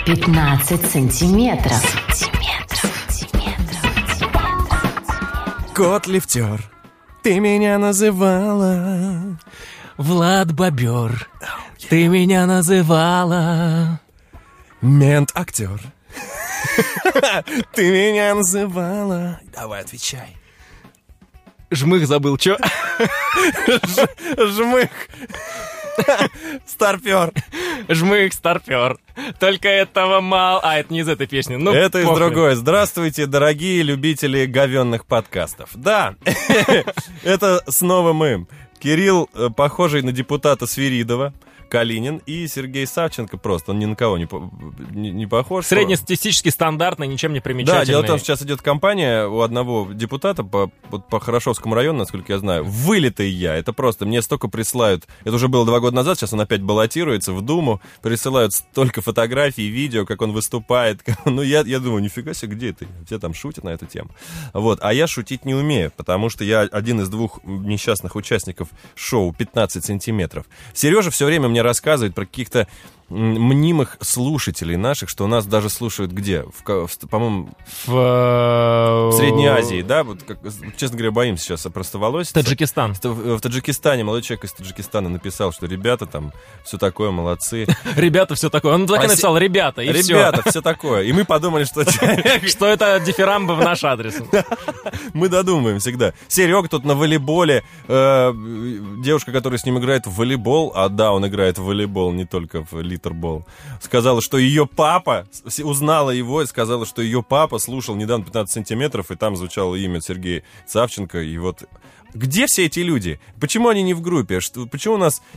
15 сантиметров. Кот-лифтер, ты меня называла. Влад Бобер, ты меня называла. Мент-актер, ты меня называла. Давай, отвечай. Жмых забыл, чё? Жмых. Старпер. Жмых, старпер. Только этого мало. А, это не из этой песни. Ну, это из похрен. другой. Здравствуйте, дорогие любители говенных подкастов. Да, это снова мы. Кирилл, похожий на депутата Свиридова, Калинин, и Сергей Савченко просто. Он ни на кого не похож. Среднестатистически стандартный, ничем не примечательный. Да, дело в том, что сейчас идет кампания у одного депутата по Хорошевскому району, насколько я знаю. Вылитый я. Это просто мне столько присылают. Это уже было 2 года назад, сейчас он опять баллотируется в Думу. Присылают столько фотографий, видео, как он выступает. Ну, я думаю, нифига себе, где это? Все там шутят на эту тему. Вот. А я шутить не умею, потому что я один из 2 несчастных участников шоу «15 сантиметров». Сережа все время мне рассказывает про каких-то мнимых слушателей наших, что у нас даже слушают где? По-моему, в Средней Азии, да? Вот, честно говоря, боимся сейчас опростоволоситься. Таджикистан. В Таджикистане молодой человек из Таджикистана написал, что ребята там все такое, молодцы. Ребята, все такое. Он так и написал «ребята», и все. Ребята, все такое. И мы подумали, что... Что это дифирамбы в наш адрес. Мы додумываем всегда. Серега тут на волейболе. Девушка, которая с ним играет в волейбол, а да, он играет в волейбол, не только в литербол, сказала, что ее папа, узнала его и сказала, что ее папа слушал недавно 15 сантиметров, и там звучало имя Сергея Савченко, и вот... Где все эти люди? Почему они не в группе? Почему у нас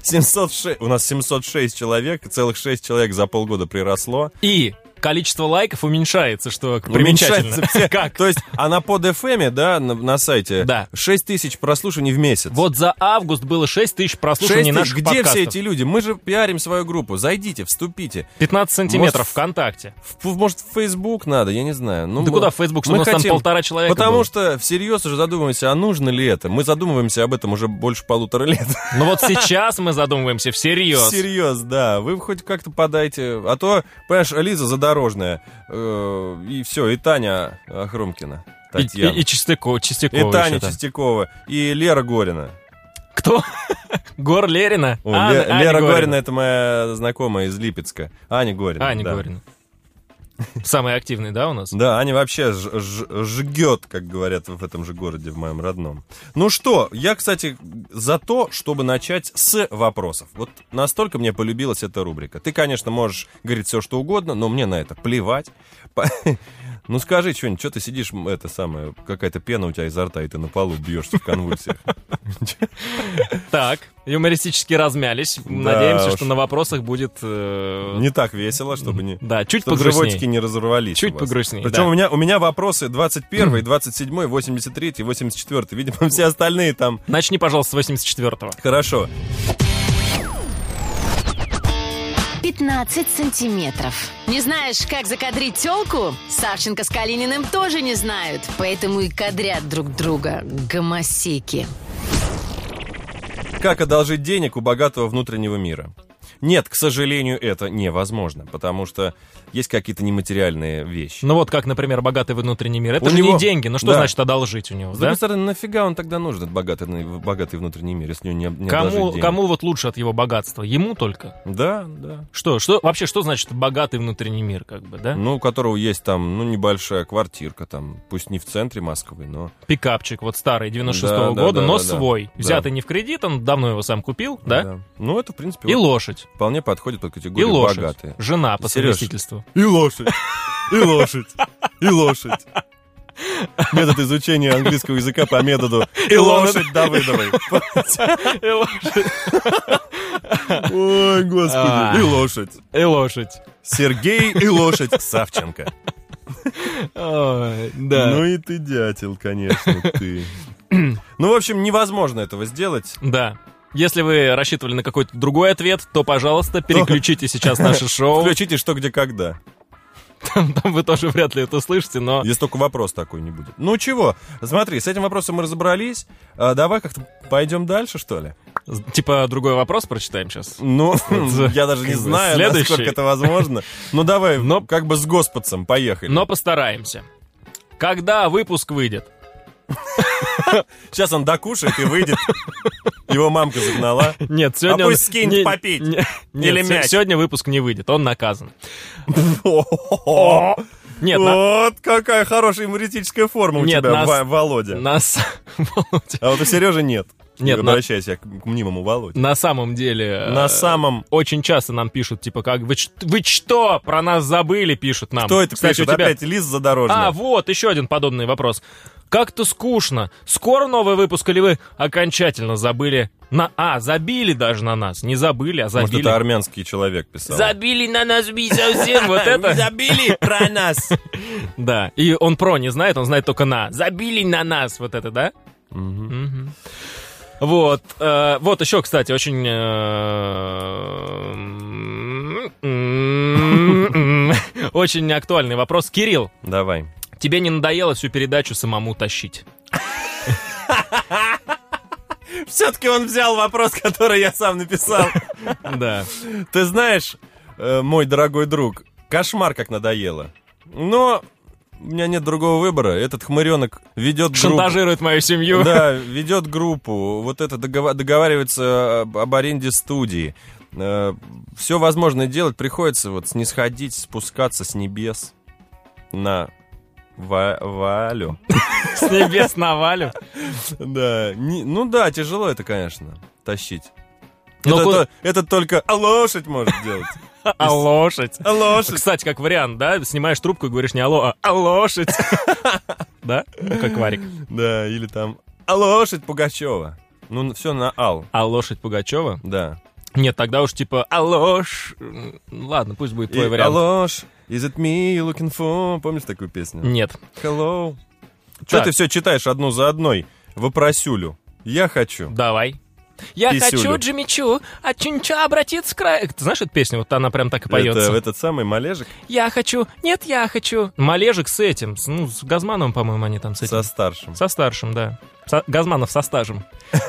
706 человек, целых 6 человек за полгода приросло? И количество лайков уменьшается, что примечательно. Как? То есть, а на PodFM, да, на сайте, да. 6 тысяч прослушиваний в месяц. Вот за август было 6 тысяч прослушиваний наших подкастов. Где все эти люди? Мы же пиарим свою группу. Зайдите, вступите. 15 сантиметров ВКонтакте. Может, в Facebook надо, я не знаю. Ну, да куда в Facebook? Что у нас там 1,5 человека Потому было? что всерьез уже задумываемся, а нужно ли это? Мы задумываемся об этом уже больше 1,5 лет. Ну вот сейчас мы задумываемся всерьез. Всерьез, да. Вы хоть как-то подайте. А то, понимаешь, Лиза задорожная. И все, и Таня Хромкина. И Чистякова. И Таня Чистякова. И Лера Горина. Кто? Гор Лерина? Лера Горина, это моя знакомая из Липецка. Аня Горина. Аня Горина. Самый активный, да, у нас? Да, Аня вообще жгет, как говорят в этом же городе, в моем родном. Ну что, я, кстати, за то, чтобы начать с вопросов. Вот настолько мне полюбилась эта рубрика. Ты, конечно, можешь говорить все, что угодно, но мне на это плевать. Ну скажи что-нибудь, что ты сидишь, это самое, какая-то пена у тебя изо рта, и ты на полу бьешься в конвульсиях. Так, юмористически размялись. Надеемся, что на вопросах будет... Не так весело, чтобы не... Да, чуть чтобы погрустней. Животики не разорвались. Чуть погрустней, Причем да. у меня вопросы 21, 27, 83, 84. Видимо, все остальные там... Начни, пожалуйста, с 84-го. Хорошо. 15 сантиметров. Не знаешь, как закадрить тёлку? Савченко с Калининым тоже не знают, поэтому и кадрят друг друга гомосеки. Как одолжить денег у богатого внутреннего мира? Нет, к сожалению, это невозможно, потому что есть какие-то нематериальные вещи. Ну вот как, например, богатый внутренний мир. Это же не деньги, ну что значит одолжить у него, С другой стороны, нафига он тогда нужен, этот богатый внутренний мир, если у него не одолжить денег? Кому вот лучше от его богатства? Ему только? Да. Что вообще, что значит богатый внутренний мир, как бы, да? Ну, у которого есть там, небольшая квартирка там, пусть не в центре Москвы, но... Пикапчик вот старый, 96-го года, но свой. Взятый не в кредит, он давно его сам купил, да? Ну, это, в принципе... И лошадь. Вполне подходит под категорию и лошадь. Богатые. Жена по совместительству. И лошадь. И лошадь. И лошадь. Метод изучения английского языка по методу «И лошадь Давыдовой». И лошадь. Ой, господи. И лошадь. И лошадь. Сергей и лошадь Савченко. Ой, да. Ну и ты дятел, конечно, ты. Ну, в общем, невозможно этого сделать. Да. Если вы рассчитывали на какой-то другой ответ, то, пожалуйста, переключите сейчас наше шоу. Включите «Что, где, когда». Там вы тоже вряд ли это услышите, но... Если только вопрос такой не будет. Ну чего, смотри, с этим вопросом мы разобрались. Давай как-то пойдем дальше, что ли? Типа другой вопрос прочитаем сейчас. Ну, я даже не знаю, следующий. насколько это возможно. Ну, давай, как бы с господцем, поехали. Но постараемся. Когда выпуск выйдет? Сейчас он докушает и выйдет. Его мамка загнала. Нет, сегодня... А пусть скинет попить. Или мяч. Сегодня выпуск не выйдет, он наказан. Нет, вот какая хорошая юмористическая форма у тебя, Володя. Володя. А вот у Сережи нет. Нет, обращайся к мнимому Володе. На самом деле... Очень часто нам пишут, типа, как, вы что, про нас забыли, пишут нам. Кто это пишет? Опять Лиз Задорожная. Вот, еще один подобный вопрос. Как-то скучно. Скоро новый выпуск, или вы окончательно забыли забили даже на нас. Не забыли, а забили. Может, это армянский человек писал. Забили на нас совсем, вот это. Забили про нас. Да, и он про не знает, он знает только на. Забили на нас, вот это, да? Вот, вот еще, кстати, очень очень актуальный вопрос. Кирилл. Давай. Тебе не надоело всю передачу самому тащить? Все-таки он взял вопрос, который я сам написал. Да. Ты знаешь, мой дорогой друг, кошмар как надоело. Но у меня нет другого выбора. Этот хмыренок ведет группу. Шантажирует мою семью. Да, ведет группу. Вот это договаривается об аренде студии. Все возможное делать. Приходится вот снисходить, спускаться с небес на Валю. С небес на Валю? Да. Ну да, тяжело это, конечно, тащить. Но это только лошадь может делать. А лошадь? А лошадь. Кстати, как вариант, да? Снимаешь трубку и говоришь не алло, а лошадь. Да? Как Варик. Да, или там а лошадь Пугачева. Ну, все на ал. А лошадь Пугачева? Да. Нет, тогда уж типа алош. Ладно, пусть будет твой вариант. Алош, is it me you're looking for? Помнишь такую песню? Нет. Hello. Что ты все читаешь одну за одной? Вопросюлю. Я хочу. Давай. Я Писюлю. хочу Джимичу, а Чинча обратиться к краю. Ты знаешь эту песню? Вот она прям так и поется. Это этот самый Малежик? Я хочу. Нет, я хочу. Малежик с этим. С Газмановым, по-моему, они там с этим. Со старшим. Со старшим, да. Газманов со стажем.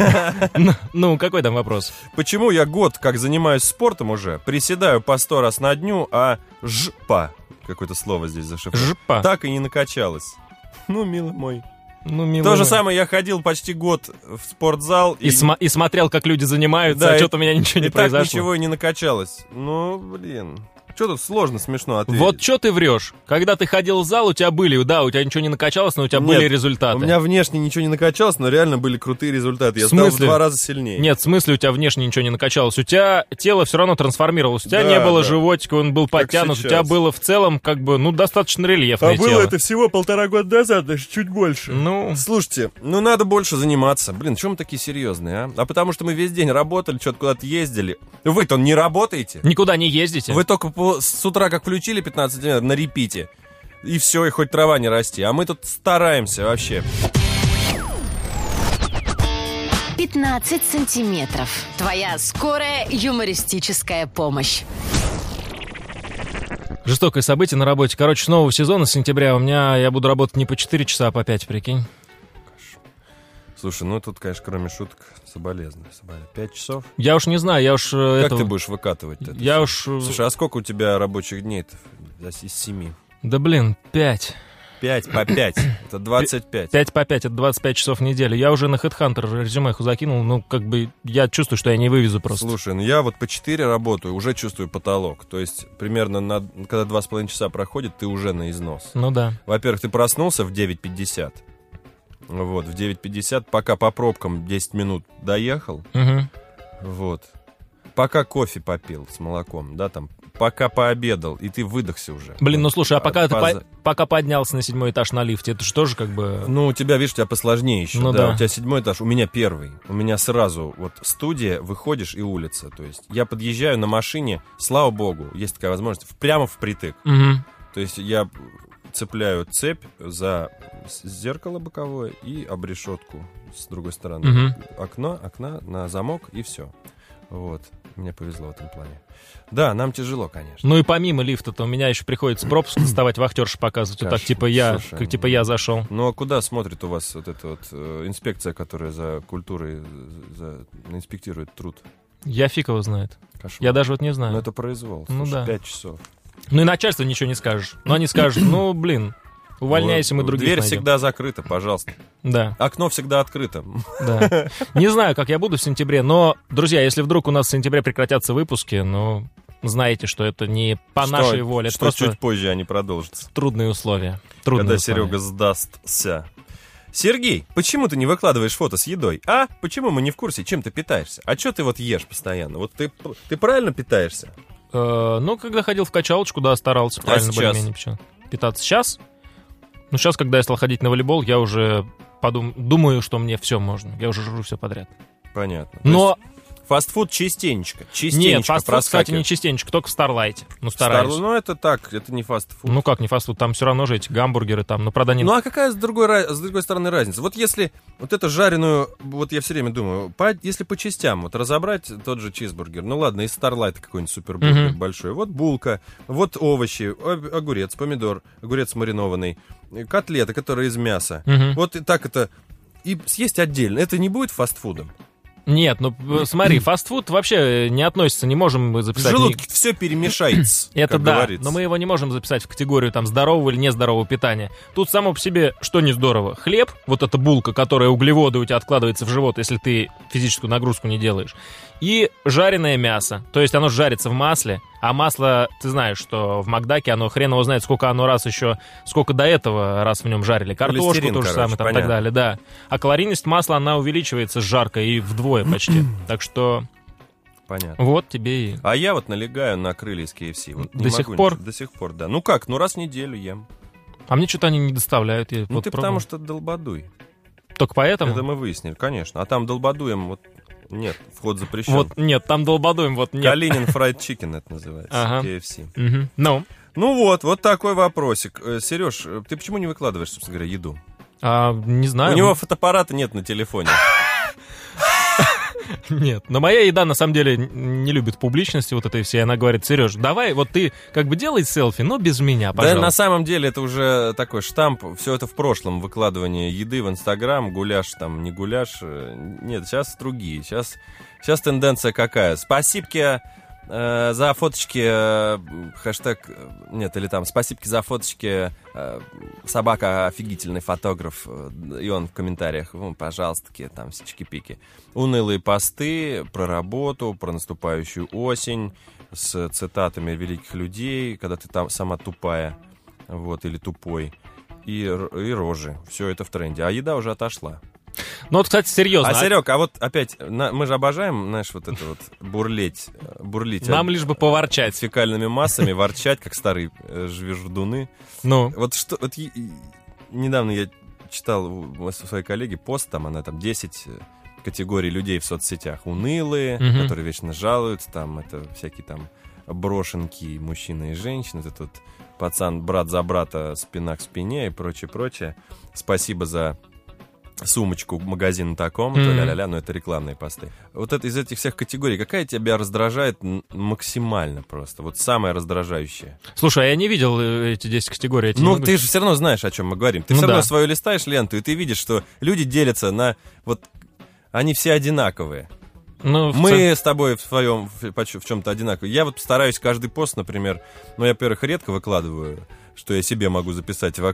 Ну, какой там вопрос? Почему я год, как занимаюсь спортом уже, приседаю по 100 раз на дню, а жпа, какое-то слово здесь зашифровано, Жпа. так и не накачалась? Ну, милый мой. Ну, милый То же мой. самое, я ходил почти год в спортзал. И смотрел, как люди занимаются, Да, а что-то у меня ничего не произошло. Так ничего и не накачалось. Ну, блин. Что тут сложно, смешно ответить? Вот что ты врешь? Когда ты ходил в зал, у тебя были, да, у тебя ничего не накачалось, но у тебя были результаты. У меня внешне ничего не накачалось, но реально были крутые результаты. Я В стал в смысле? 2 раза сильнее. Нет, в смысле у тебя внешне ничего не накачалось? У тебя тело все равно трансформировалось. У тебя Да, не было да. животика, он был подтянут. У сейчас. тебя было в целом, как бы, ну, достаточно рельефное тело. всего 1,5 года назад, даже чуть больше. Ну, Слушайте, ну надо больше заниматься. Блин, чего мы такие серьезные, а? А потому что мы весь день работали, что-то куда-то ездили. Вы-то не работаете? никуда не ездите. Вы только с утра как включили 15 минут на репите. И все, и хоть трава не расти. А мы тут стараемся вообще. 15 сантиметров. Твоя скорая юмористическая помощь. Жестокое событие на работе. Короче, с нового сезона, с сентября, я буду работать не по 4 часа, а по 5, прикинь. Слушай, ну тут, конечно, кроме шуток, соболезную. 5 часов? Я уж не знаю, я уж... Как ты будешь выкатывать-то? Я уж... Слушай, а сколько у тебя рабочих дней-то из 7? Да блин, 5. 5 по 5. Это 25. 5 по 5, это 25 часов в неделю. Я уже на HeadHunter резюмеху закинул, ну, как бы, я чувствую, что я не вывезу просто. Слушай, ну я вот по 4 работаю, уже чувствую потолок. То есть, примерно, когда 2,5 часа проходит, ты уже на износ. Ну да. Во-первых, ты проснулся в 9:50. Вот, в 9:50, пока по пробкам 10 минут доехал. Угу. Вот. Пока кофе попил с молоком, да, там, пока пообедал, и ты выдохся уже. Блин, ну слушай, а пока ты пока поднялся на 7-й этаж на лифте, это же тоже как бы... Ну, у тебя, видишь, у тебя посложнее еще. Ну да. да. У тебя 7-й этаж, у меня 1-й. У меня сразу вот студия, выходишь и улица. То есть я подъезжаю на машине, слава богу, есть такая возможность, прямо впритык. Угу. То есть я цепляю цепь за зеркало боковое и об решетку с другой стороны. Угу. Окна на замок, и все. Вот. Мне повезло в этом плане. Да, нам тяжело, конечно. Ну и помимо лифта-то у меня еще приходится пропуск доставать, вахтерши показывать. Вот так, типа я зашел. Ну а куда смотрит у вас вот эта вот инспекция, которая за культурой инспектирует труд? Я фиг его знает. Кошмар. Я даже вот не знаю. Ну это произвол. Ну Слушай, да. 5 часов. Ну и начальству ничего не скажешь. Но они скажут, ну блин, увольняйся, мы других Дверь найдем. всегда закрыта, пожалуйста. Да, Окно всегда открыто. да. Не знаю, как я буду в сентябре, но, друзья, если вдруг у нас в сентябре прекратятся выпуски, ну, знаете, что это не по нашей воле. Это Что просто чуть позже они продолжатся. трудные условия. Трудные Когда условия. Серега сдастся. Сергей, почему ты не выкладываешь фото с едой? А? Почему мы не в курсе, чем ты питаешься? А что ты вот ешь постоянно? Вот ты правильно питаешься? Ну, когда ходил в качалочку, да, старался правильно сейчас? более-менее питаться. Сейчас? Ну, сейчас, когда я стал ходить на волейбол, я уже думаю, что мне все можно. Я уже жру все подряд. Понятно. То Но... есть фастфуд частенечко Нет, фастфуд, кстати, проскакивает. не частенечко, только в Старлайте. Ну, стараюсь. Ну, это так, это не фастфуд. Ну, как не фастфуд, там все равно же эти гамбургеры там, но, правда, они... Ну, а какая с другой стороны разница? Вот если вот эту жареную, вот я все время думаю, если по частям вот разобрать тот же чизбургер, ну ладно, из Старлайта какой-нибудь супербургер большой, вот булка, вот овощи, огурец, помидор, огурец маринованный, котлета, которая из мяса. Вот и так это, и съесть отдельно, это не будет фастфудом? Нет, ну смотри, фастфуд вообще не относится, не можем мы В записать... желудке все перемешается, Это как да, говорится. но мы его не можем записать в категорию там здорового или нездорового питания. Тут само по себе что не здорово? Хлеб, вот эта булка, которая углеводы у тебя откладывается в живот, если ты физическую нагрузку не делаешь, и жареное мясо, то есть оно жарится в масле, а масло, ты знаешь, что в Макдаке оно хрен его знает, сколько оно раз еще, сколько до этого раз в нем жарили. Картошку Холестерин, то же самое, там, и понятно. так далее, да. А калорийность масла, она увеличивается с жаркой и вдвое почти. Так что Понятно. вот тебе и... А я вот налегаю на крылья из KFC. Вот До не сих могу пор? ничего. До сих пор, да. Ну как, раз в неделю ем. А мне что-то они не доставляют. Я Ну вот ты пробовал. потому что долбодуй. Только поэтому? Это мы выяснили, конечно. А там долбодуем, вот нет, вход запрещен. Вот нет, там долбодуем, вот нет. Калинин Fried Chicken это называется, Ага. KFC. Мгм. Ну, Ну вот такой вопросик. Сереж, ты почему не выкладываешь, собственно говоря, еду? не знаю. У него фотоаппарата нет на телефоне. Нет, но моя еда на самом деле не любит публичности вот этой всей. Она говорит: Сереж, давай, вот ты как бы делай селфи, но без меня, пожалуйста. Да, на самом деле это уже такой штамп. Все это в прошлом, выкладывание еды в Инстаграм, гуляш там, не гуляш. Нет, сейчас другие. Сейчас тенденция какая? Спасибки за фоточки, хэштег, нет, или там, спасибки за фоточки, собака офигительный фотограф, и он в комментариях, пожалуйста, там все чики-пики. Унылые посты про работу, про наступающую осень, с цитатами великих людей, когда ты там сама тупая, вот, или тупой, и рожи. Все это в тренде. А еда уже отошла. Ну вот, кстати, серьезно. А, Серег, а вот опять, мы же обожаем, знаешь, вот это вот бурлить. Нам лишь бы поворчать. Фекальными массами, ворчать, как старые жвеждуны. Ну, Вот что, недавно я читал у своей коллеги пост, там она там 10 категорий людей в соцсетях. Унылые, которые вечно жалуются, там это всякие там брошенки, мужчины и женщины, этот вот пацан, брат за брата, спина к спине и прочее. Спасибо за сумочку в магазин таком, ля-ля-ля, но это рекламные посты. Вот это из этих всех категорий, какая тебя раздражает максимально просто? Вот самая раздражающая. слушай, а я не видел эти 10 категорий. я тебе не Ну, могу- ты же все равно знаешь, о чем мы говорим. Ты Ну все равно да. свою листаешь ленту, и ты видишь, что люди делятся на... Вот они все одинаковые. Ну, Мы с тобой в чем-то одинаковые. Я вот стараюсь каждый пост, например, я, во-первых, редко выкладываю, что я себе могу записать, в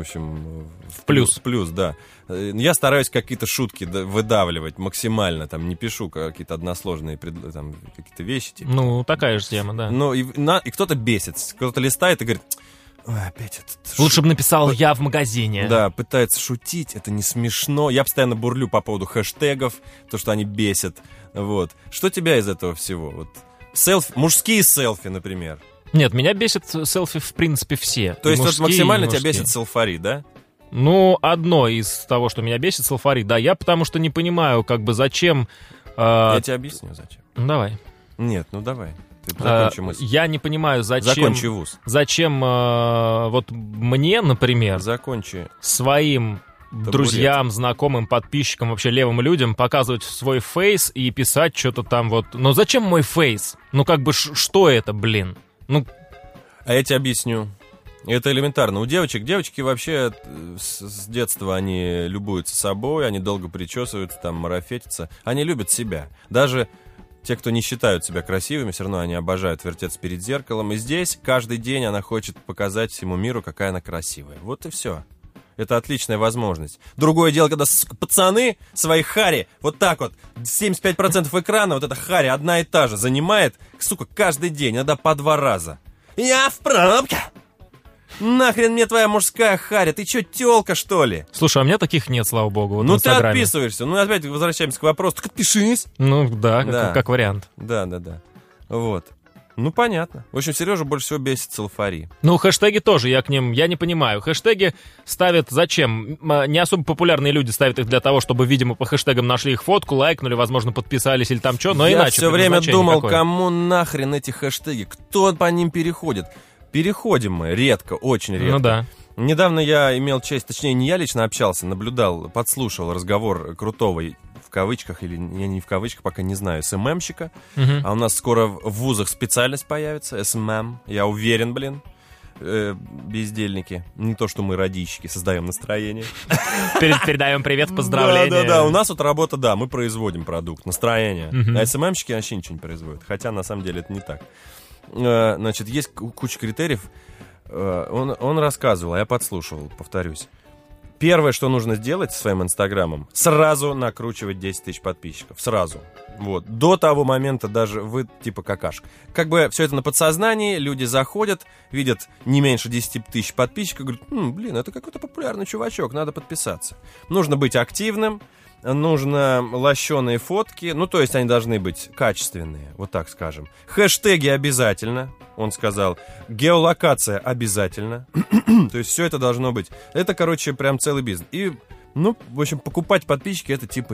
плюс. плюс, да. Я стараюсь какие-то шутки выдавливать максимально, там, не пишу какие-то односложные там, какие-то вещи. Типа. Ну, такая же тема, да. Ну, и кто-то бесится, кто-то листает и говорит: ой, опять это... Лучше бы написал «я в магазине». Да, пытается шутить, это не смешно. Я постоянно бурлю по поводу хэштегов, то, что они бесят. Вот. Что тебя из этого всего? Вот. Мужские селфи, например. Нет, меня бесит селфи в принципе все. То есть вот Мужские, максимально и тебя мужские. бесит селфари, да? Ну, одно из того, что меня бесит, селфари. Да, я потому что не понимаю, как бы зачем... Я тебе объясню, зачем. Ну, давай. Нет, давай. Ты закончи мысль. Я не понимаю, зачем... Закончи вуз. Зачем вот мне, например, Закончи. своим друзьям, знакомым, подписчикам, вообще левым людям показывать свой фейс и писать что-то там вот. Но зачем мой фейс? Ну как бы что это, блин? Ну... А я тебе объясню. Это элементарно. У девочки вообще с детства они любуются собой, они долго причесываются, там марафетятся. Они любят себя. Даже те, кто не считают себя красивыми, все равно они обожают вертеться перед зеркалом. И здесь каждый день она хочет показать всему миру, какая она красивая. Вот и все. Это отличная возможность. Другое дело, когда пацаны свои хари вот так вот, 75% экрана, вот эта хари одна и та же занимает, сука, каждый день, иногда по 2 раза. Я в пробке! Нахрен мне твоя мужская харя? Ты чё, тёлка, что ли? Слушай, а у меня таких нет, слава богу, вот в Ну ты Инстаграме. отписываешься. Ну опять возвращаемся к вопросу. Так отпишись. Ну да. Как вариант. Да. Вот. Ну понятно. В общем, Сережа больше всего бесит салфари. Ну, хэштеги тоже, я не понимаю. Хэштеги ставят зачем? Не особо популярные люди ставят их для того, чтобы, видимо, по хэштегам нашли их фотку, лайкнули, возможно, подписались или там что, но я иначе. Все время думал, никакое. Кому нахрен эти хэштеги? Кто по ним переходит? Переходим мы редко, очень редко. Ну да. Недавно я имел честь, точнее, не я лично общался, наблюдал, подслушал разговор крутого, в кавычках, или не в кавычках, пока не знаю, СММщика. А у нас скоро в вузах специальность появится, СММ, я уверен, бездельники. Не то, что мы радищики, создаем настроение. Передаем привет, поздравления. Да, у нас вот работа, да, мы производим продукт, настроение. А СММщики вообще ничего не производят, хотя на самом деле это не так. Значит, есть куча критериев. Он рассказывал, а я подслушивал, повторюсь. Первое, что нужно сделать со своим инстаграмом, сразу накручивать 10 тысяч подписчиков. Сразу. Вот. До того момента даже вы типа какашка. Как бы все это на подсознании, люди заходят, видят не меньше 10 тысяч подписчиков, говорят, это какой-то популярный чувачок, надо подписаться. Нужно быть активным. Нужно лощеные фотки, то есть они должны быть качественные, вот так скажем. Хэштеги обязательно, он сказал. Геолокация обязательно. То есть все это должно быть. Это, короче, прям целый бизнес. И, в общем, покупать подписчики, это типа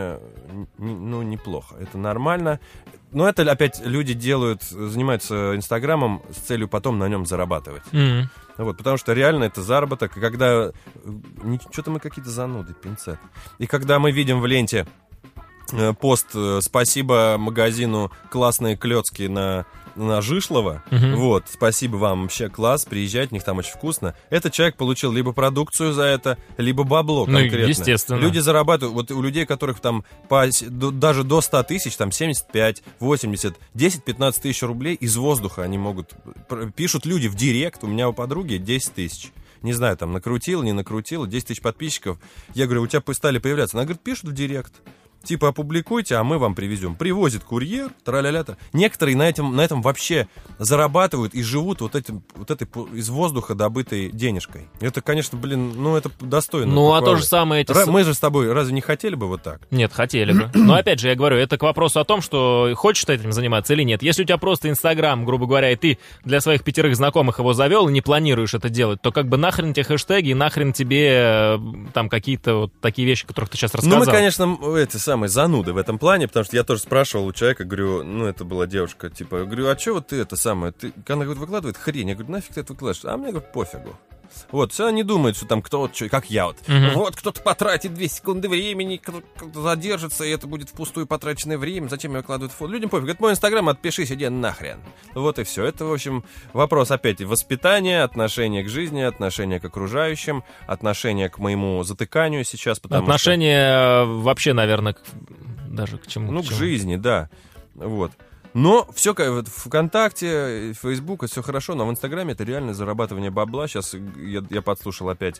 неплохо. Это нормально. Но это опять люди занимаются Инстаграмом с целью потом на нем зарабатывать. Вот, потому что реально это заработок. И когда... Что-то мы какие-то зануды, пинцет. И когда мы видим в ленте пост «Спасибо магазину классные клёцки на Жишлова». Вот, спасибо вам, вообще класс, приезжайте, у них там очень вкусно. Этот человек получил либо продукцию за это, либо бабло конкретно. Естественно. Люди зарабатывают, вот у людей, которых там даже до 100 тысяч, там 75, 80, 10-15 тысяч рублей из воздуха они могут... Пишут люди в директ, у меня у подруги 10 тысяч. Не знаю, там накрутила, не накрутила, 10 тысяч подписчиков. Я говорю, у тебя стали появляться. Она говорит, пишут в директ. Типа, опубликуйте, а мы вам привезем. Привозит курьер, тра-ля-ля-та. Некоторые на этом вообще зарабатывают и живут вот этой из воздуха добытой денежкой. Это, конечно, это достойно. Ну, а то же самое... Мы же с тобой разве не хотели бы вот так? Нет, хотели бы. Но, опять же, я говорю, это к вопросу о том, что хочешь ты этим заниматься или нет. Если у тебя просто Инстаграм, грубо говоря, и ты для своих 5 знакомых его завел и не планируешь это делать, то как бы нахрен тебе хэштеги, нахрен тебе там какие-то вот такие вещи, которых ты сейчас рассказал. Мы, конечно, самые зануды в этом плане, потому что я тоже спрашивал у человека, говорю, это была девушка, типа, говорю, а что вот ты это самое, она говорит, выкладывает хрень, я говорю, нафиг ты это выкладываешь, а мне, говорит, пофигу. Вот, все они думают, что там кто-то, как я вот, вот кто-то потратит 2 секунды времени, кто-то задержится, и это будет впустую потраченное время, зачем я выкладываю фото? Людям пофиг, говорит, мой инстаграм, отпишись, иди нахрен. Вот и все. Это, в общем, вопрос опять воспитания, отношения к жизни, отношения к окружающим, отношения к моему затыканию сейчас, потому отношения вообще, наверное, даже к чему? К жизни, да. Вот. Но все ВКонтакте, Фейсбук, все хорошо, но в Инстаграме это реально зарабатывание бабла. Сейчас я подслушал опять,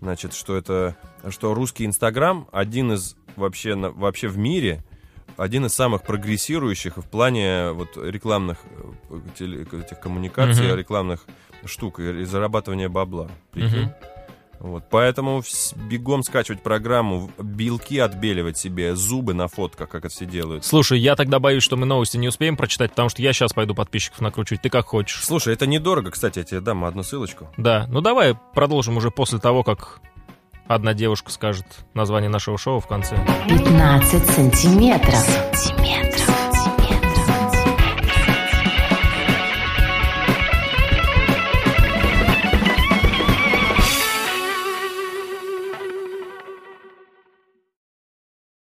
что русский Инстаграм один из вообще в мире, один из самых прогрессирующих в плане рекламных этих коммуникаций, рекламных штук и зарабатывания бабла. Прикинь? Вот, поэтому бегом скачивать программу, белки отбеливать себе, зубы на фотках, как это все делают. Слушай, я тогда боюсь, что мы новости не успеем прочитать, потому что я сейчас пойду подписчиков накручивать. Ты как хочешь. Слушай, это недорого, кстати, я тебе дам одну ссылочку. Да, давай продолжим уже после того, как одна девушка скажет название нашего шоу в конце. 15 сантиметров.